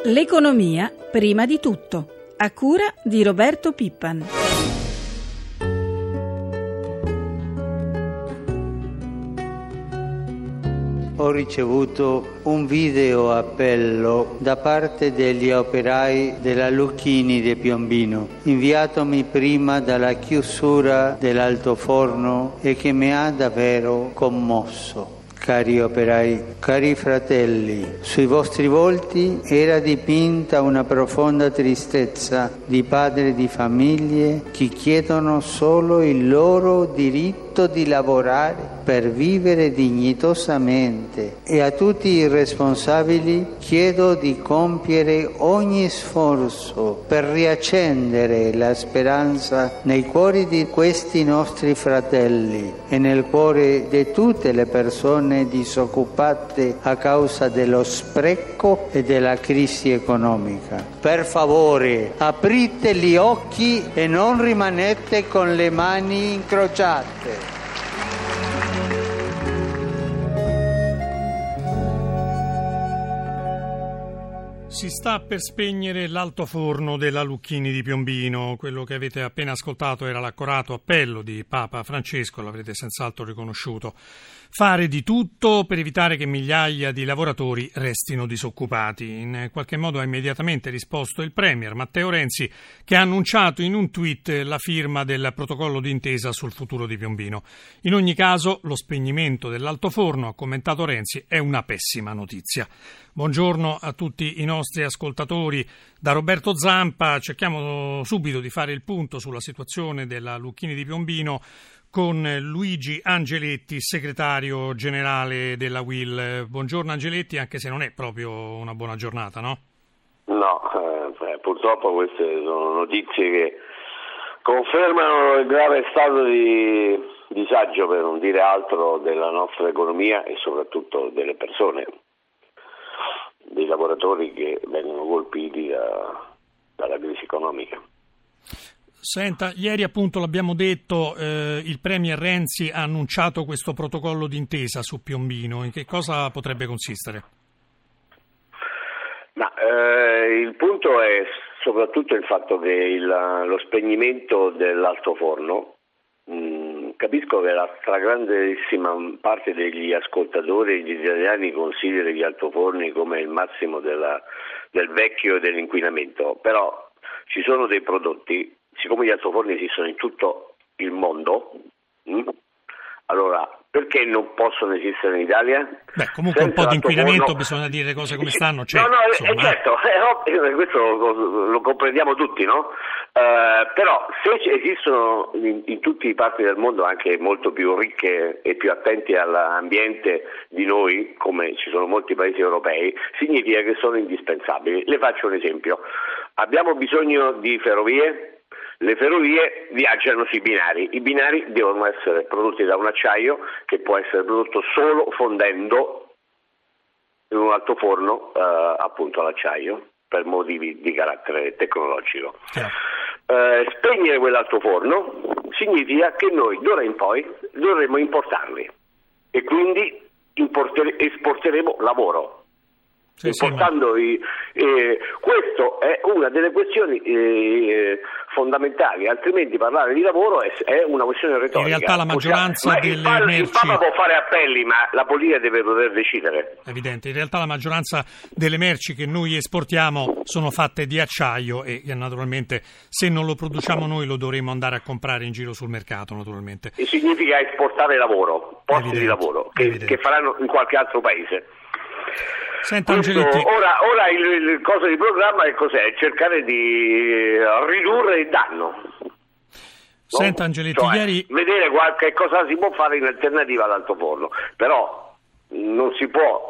L'economia prima di tutto, a cura di Roberto Pippan. Ho ricevuto un video appello da parte degli operai della Lucchini di Piombino, inviatomi prima dalla chiusura dell'altoforno e che mi ha davvero commosso. Cari operai, cari fratelli, sui vostri volti era dipinta una profonda tristezza di padri di famiglie che chiedono solo il loro diritto di lavorare per vivere dignitosamente, e a tutti i responsabili chiedo di compiere ogni sforzo per riaccendere la speranza nei cuori di questi nostri fratelli e nel cuore di tutte le persone disoccupate a causa dello spreco e della crisi economica. Per favore, aprite gli occhi e non rimanete con le mani incrociate. Si sta per spegnere l'altoforno della Lucchini di Piombino. Quello che avete appena ascoltato era l'accorato appello di Papa Francesco, l'avrete senz'altro riconosciuto. Fare di tutto per evitare che migliaia di lavoratori restino disoccupati. In qualche modo ha immediatamente risposto il Premier Matteo Renzi, che ha annunciato in un tweet la firma del protocollo d'intesa sul futuro di Piombino. In ogni caso, lo spegnimento dell'altoforno, ha commentato Renzi, è una pessima notizia. Buongiorno a tutti i nostri ascoltatori. Da Roberto Zampa cerchiamo subito di fare il punto sulla situazione della Lucchini di Piombino con Luigi Angeletti, segretario generale della UIL. Buongiorno Angeletti, anche se non è proprio una buona giornata, no? No, purtroppo queste sono notizie che confermano il grave stato di disagio, per non dire altro, della nostra economia e soprattutto delle persone, dei lavoratori che vengono colpiti dalla crisi economica. Senta, ieri appunto l'abbiamo detto, il Premier Renzi ha annunciato questo protocollo d'intesa su Piombino. In che cosa potrebbe consistere? Il punto è soprattutto il fatto che lo spegnimento dell'altoforno, capisco che la stragrandissima parte degli ascoltatori degli italiani consideri gli altoforni come il massimo del vecchio e dell'inquinamento, però ci sono dei prodotti, siccome gli altoforni esistono in tutto il mondo, allora perché non possono esistere in Italia? Beh, comunque un po' di inquinamento, bisogna dire le cose come stanno. Certo, certo, questo lo comprendiamo tutti, no? Però se esistono in tutte le parti del mondo anche molto più ricche e più attenti all'ambiente di noi, come ci sono molti paesi europei, significa che sono indispensabili. Le faccio un esempio. Abbiamo bisogno di ferrovie. Le ferrovie viaggiano sui binari, i binari devono essere prodotti da un acciaio che può essere prodotto solo fondendo in un altoforno appunto all'acciaio per motivi di carattere tecnologico. Spegnere quell'altoforno significa che noi d'ora in poi dovremo importarli e quindi esporteremo lavoro. Importando questo è una delle questioni fondamentali, altrimenti parlare di lavoro è una questione retorica. In realtà la maggioranza delle merci... Il Papa può fare appelli, ma la politica deve poter decidere. Evidente, in realtà la maggioranza delle merci che noi esportiamo sono fatte di acciaio e naturalmente se non lo produciamo noi lo dovremo andare a comprare in giro sul mercato, naturalmente. E significa esportare lavoro, posti di lavoro che faranno in qualche altro paese. Senta Angeletti. Ora il coso di programma è cos'è? Cercare di ridurre il danno. Senta Angeletti, ieri... vedere qualche cosa si può fare in alternativa all'altoforno, però non si può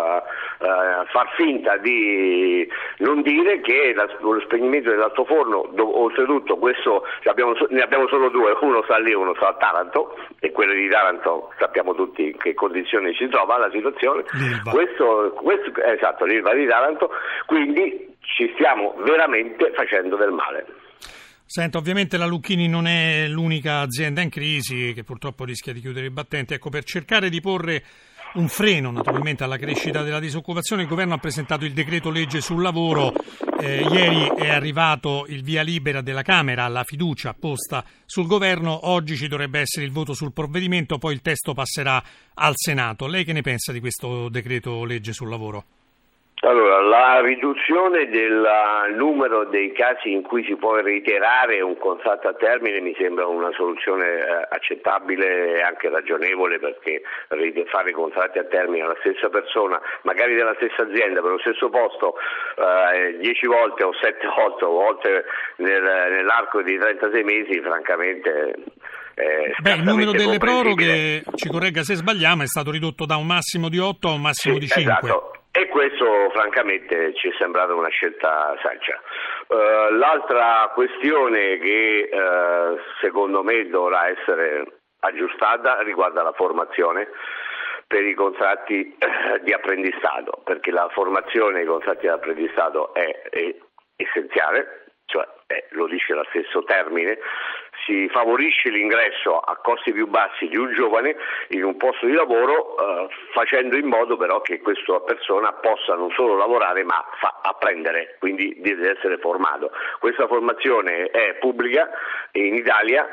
far finta di non dire che lo spegnimento dell'altoforno, oltretutto questo ne abbiamo solo due, uno sta lì, uno sta a Taranto, e quello di Taranto sappiamo tutti in che condizioni si trova la situazione. Questo esatto, l'Ilva di Taranto, quindi ci stiamo veramente facendo del male. Senta, ovviamente la Lucchini non è l'unica azienda in crisi che purtroppo rischia di chiudere i battenti. Ecco, per cercare di porre un freno naturalmente alla crescita della disoccupazione. Il governo ha presentato il decreto legge sul lavoro, ieri è arrivato il via libera della Camera alla fiducia posta sul governo, oggi ci dovrebbe essere il voto sul provvedimento, poi il testo passerà al Senato. Lei che ne pensa di questo decreto legge sul lavoro? Allora, la riduzione del numero dei casi in cui si può reiterare un contratto a termine mi sembra una soluzione accettabile e anche ragionevole, perché fare contratti a termine alla stessa persona, magari della stessa azienda, per lo stesso posto 10 volte o 7 volte nell'arco di 36 mesi, francamente... il numero delle proroghe, ci corregga se sbagliamo, è stato ridotto da un massimo di 8 a un massimo di 5. Esatto. E questo francamente ci è sembrata una scelta saggia. L'altra questione che secondo me dovrà essere aggiustata riguarda la formazione per i contratti di apprendistato, perché la formazione ai contratti di apprendistato è essenziale, cioè lo dice lo stesso termine. Si favorisce l'ingresso a costi più bassi di un giovane in un posto di lavoro, facendo in modo però che questa persona possa non solo lavorare ma apprendere, quindi deve essere formato. Questa formazione è pubblica in Italia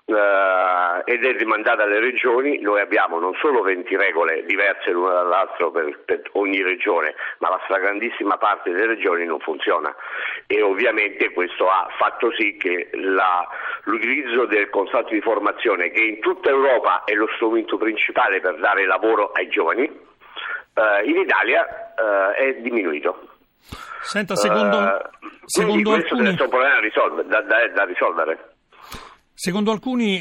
ed è demandata alle regioni. Noi abbiamo non solo 20 regole diverse l'una dall'altra per ogni regione, ma la stragrandissima parte delle regioni non funziona, e ovviamente questo ha fatto sì che l'utilizzo del contratto di formazione, che in tutta Europa è lo strumento principale per dare lavoro ai giovani, in Italia è diminuito. Senta, secondo questo alcuni... è un problema da risolvere. Secondo alcuni,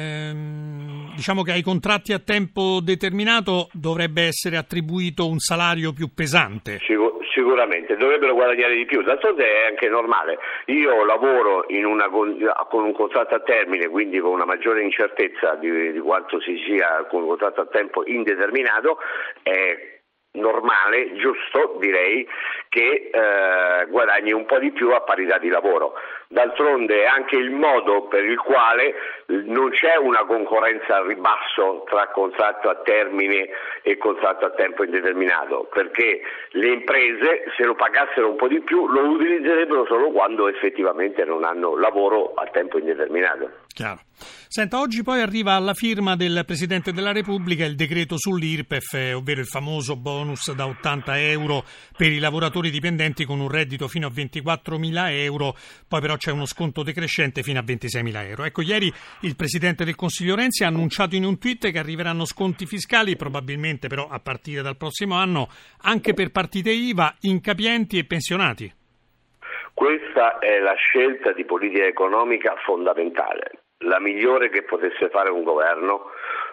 diciamo che ai contratti a tempo determinato dovrebbe essere attribuito un salario più pesante. Sicuramente, dovrebbero guadagnare di più, d'altronde è anche normale. Io lavoro con un contratto a termine, quindi con una maggiore incertezza di quanto si sia con un contratto a tempo indeterminato. È normale, giusto direi, che guadagni un po' di più a parità di lavoro. D'altronde è anche il modo per il quale non c'è una concorrenza al ribasso tra contratto a termine e contratto a tempo indeterminato, perché le imprese, se lo pagassero un po' di più, lo utilizzerebbero solo quando effettivamente non hanno lavoro a tempo indeterminato. Chiaro. Senta, oggi poi arriva alla firma del Presidente della Repubblica il decreto sull'IRPEF, ovvero il famoso bonus da 80 euro per i lavoratori dipendenti con un reddito fino a 24.000 euro, poi però c'è uno sconto decrescente fino a 26.000 euro. Ecco, ieri il Presidente del Consiglio Renzi ha annunciato in un tweet che arriveranno sconti fiscali, probabilmente però a partire dal prossimo anno, anche per partite IVA, incapienti e pensionati. Questa è la scelta di politica economica fondamentale, la migliore che potesse fare un governo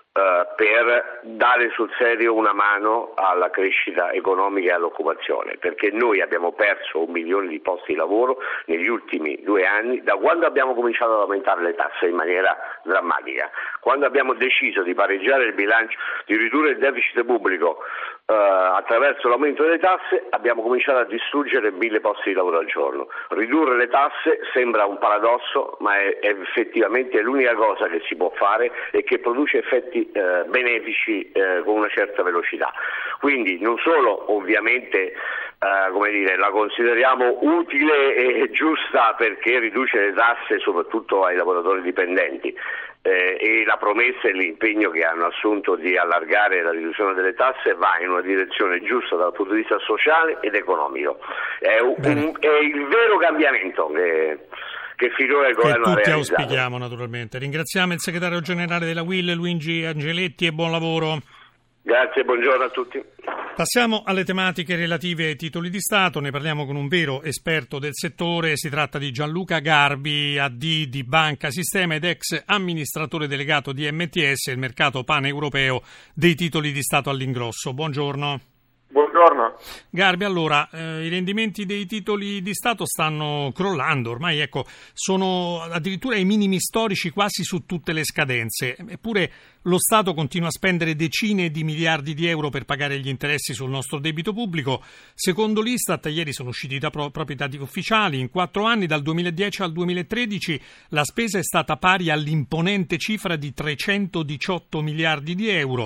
per dare sul serio una mano alla crescita economica e all'occupazione, perché noi abbiamo perso 1 milione di posti di lavoro negli ultimi 2 anni, da quando abbiamo cominciato ad aumentare le tasse in maniera drammatica. Quando abbiamo deciso di pareggiare il bilancio, di ridurre il deficit pubblico attraverso l'aumento delle tasse, abbiamo cominciato a distruggere 1.000 posti di lavoro al giorno. Ridurre le tasse sembra un paradosso, ma è effettivamente l'unica cosa che si può fare e che produce effetti benefici con una certa velocità. Quindi non solo ovviamente la consideriamo utile e giusta perché riduce le tasse soprattutto ai lavoratori dipendenti, e la promessa e l'impegno che hanno assunto di allargare la riduzione delle tasse va in una direzione giusta dal punto di vista sociale ed economico. È il vero cambiamento che finora il governo ha realizzato. Tutti auspichiamo naturalmente. Ringraziamo il segretario generale della UIL, Luigi Angeletti, e buon lavoro. Grazie, buongiorno a tutti. Passiamo alle tematiche relative ai titoli di Stato, ne parliamo con un vero esperto del settore, si tratta di Gianluca Garbi, AD di Banca Sistema ed ex amministratore delegato di MTS, il mercato paneuropeo dei titoli di Stato all'ingrosso. Buongiorno. Buongiorno. Garbi, allora, i rendimenti dei titoli di Stato stanno crollando, ormai sono addirittura ai minimi storici quasi su tutte le scadenze, eppure lo Stato continua a spendere decine di miliardi di euro per pagare gli interessi sul nostro debito pubblico. Secondo l'Istat, ieri sono usciti proprio i dati ufficiali, in 4 anni, dal 2010 al 2013, la spesa è stata pari all'imponente cifra di 318 miliardi di euro.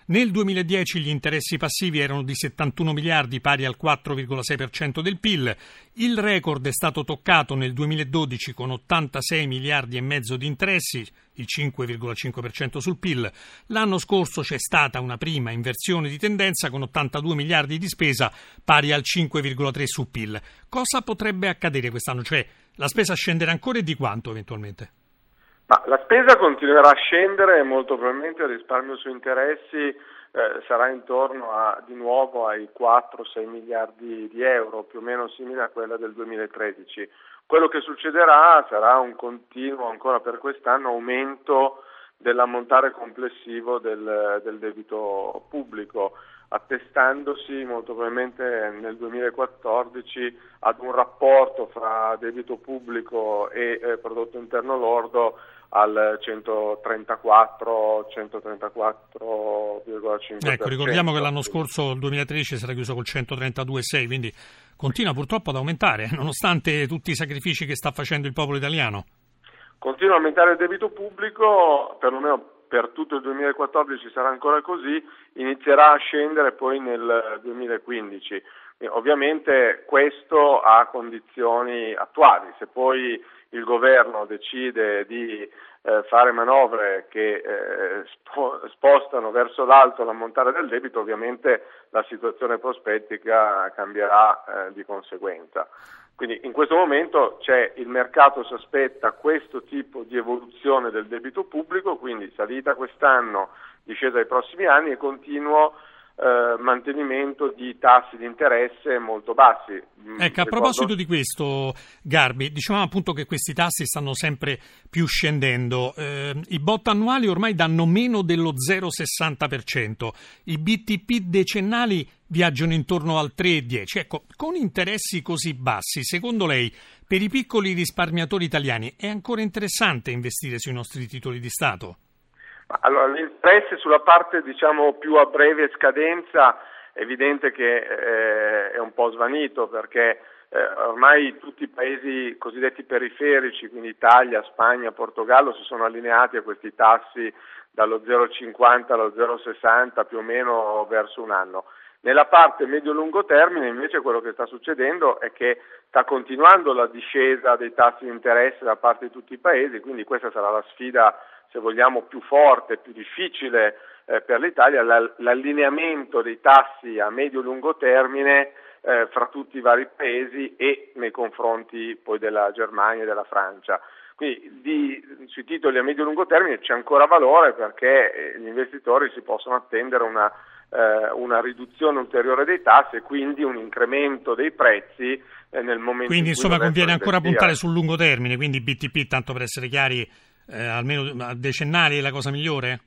Nel 2010 gli interessi passivi erano di 71 miliardi, pari al 4,6% del PIL. Il record è stato toccato nel 2012 con 86 miliardi e mezzo di interessi, il 5,5% sul PIL. L'anno scorso c'è stata una prima inversione di tendenza con 82 miliardi di spesa, pari al 5,3% sul PIL. Cosa potrebbe accadere quest'anno? Cioè, la spesa scenderà ancora e di quanto eventualmente? Ma la spesa continuerà a scendere e molto probabilmente il risparmio su interessi sarà intorno di nuovo ai 4-6 miliardi di euro, più o meno simile a quella del 2013. Quello che succederà sarà un continuo, ancora per quest'anno, aumento dell'ammontare complessivo del debito pubblico, attestandosi molto probabilmente nel 2014 ad un rapporto fra debito pubblico e prodotto interno lordo al 134,5%. Ecco, ricordiamo che l'anno scorso, il 2013, si era chiuso col 132,6%, quindi continua purtroppo ad aumentare, nonostante tutti i sacrifici che sta facendo il popolo italiano. Continua a aumentare il debito pubblico, perlomeno per tutto il 2014 sarà ancora così, inizierà a scendere poi nel 2015. Ovviamente questo a condizioni attuali, se poi il governo decide di fare manovre che spostano verso l'alto l'ammontare del debito, ovviamente la situazione prospettica cambierà di conseguenza. Quindi in questo momento il mercato si aspetta questo tipo di evoluzione del debito pubblico, quindi salita quest'anno, discesa ai prossimi anni e continuo mantenimento di tassi di interesse molto bassi. Ecco, a proposito di questo, Garbi, dicevamo appunto che questi tassi stanno sempre più scendendo. I BOT annuali ormai danno meno dello 0,60%, i BTP decennali viaggiano intorno al 3,10%. Ecco, con interessi così bassi, secondo lei, per i piccoli risparmiatori italiani è ancora interessante investire sui nostri titoli di Stato? Allora, l'interesse sulla parte più a breve scadenza è evidente che è un po' svanito, perché ormai tutti i paesi cosiddetti periferici, quindi Italia, Spagna, Portogallo, si sono allineati a questi tassi dallo 0,50 allo 0,60 più o meno verso un anno. Nella parte medio-lungo termine invece quello che sta succedendo è che sta continuando la discesa dei tassi di interesse da parte di tutti i paesi, quindi questa sarà la sfida, se vogliamo, più forte, più difficile per l'Italia, l'allineamento dei tassi a medio-lungo termine fra tutti i vari paesi e nei confronti poi della Germania e della Francia. Quindi sui titoli a medio-lungo termine c'è ancora valore, perché gli investitori si possono attendere una riduzione ulteriore dei tassi e quindi un incremento dei prezzi nel momento quindi in cui insomma conviene ancora puntare sul lungo termine, quindi BTP, tanto per essere chiari, almeno a decennali è la cosa migliore?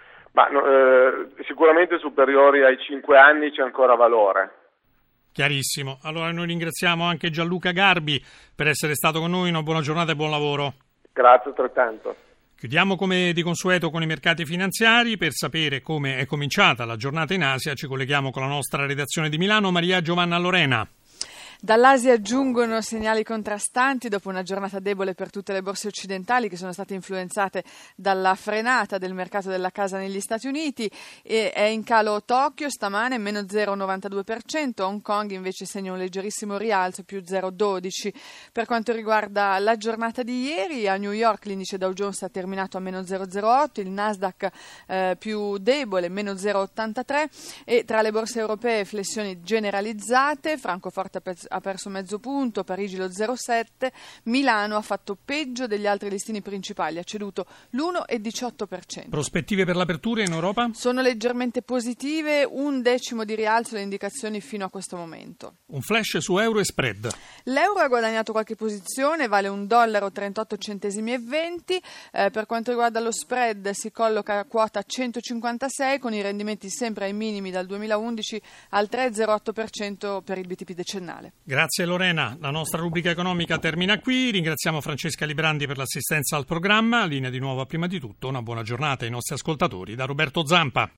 Sicuramente superiori ai 5 anni c'è ancora valore. Chiarissimo. Allora noi ringraziamo anche Gianluca Garbi per essere stato con noi, una buona giornata e buon lavoro. Grazie altrettanto. Chiudiamo come di consueto con i mercati finanziari. Per sapere come è cominciata la giornata in Asia ci colleghiamo con la nostra redazione di Milano, Maria Giovanna Lorena. Dall'Asia giungono segnali contrastanti dopo una giornata debole per tutte le borse occidentali, che sono state influenzate dalla frenata del mercato della casa negli Stati Uniti. E è in calo Tokyo stamane, meno 0,92%, Hong Kong invece segna un leggerissimo rialzo, più 0,12%. Per quanto riguarda la giornata di ieri, a New York l'indice Dow Jones ha terminato a meno 0,08%, il Nasdaq più debole, meno 0,83%, e tra le borse europee flessioni generalizzate. Francoforte ha perso mezzo punto, Parigi lo 0,7%, Milano ha fatto peggio degli altri listini principali, ha ceduto l'1,18%. Prospettive per l'apertura in Europa? Sono leggermente positive, 1/10 di rialzo le indicazioni fino a questo momento. Un flash su euro e spread. L'euro ha guadagnato qualche posizione, vale $1,38,20. Per quanto riguarda lo spread si colloca a quota 156 con i rendimenti sempre ai minimi dal 2011 al 3,08% per il BTP decennale. Grazie Lorena, la nostra rubrica economica termina qui, ringraziamo Francesca Librandi per l'assistenza al programma, linea di nuovo a Prima di Tutto, una buona giornata ai nostri ascoltatori da Roberto Zampa.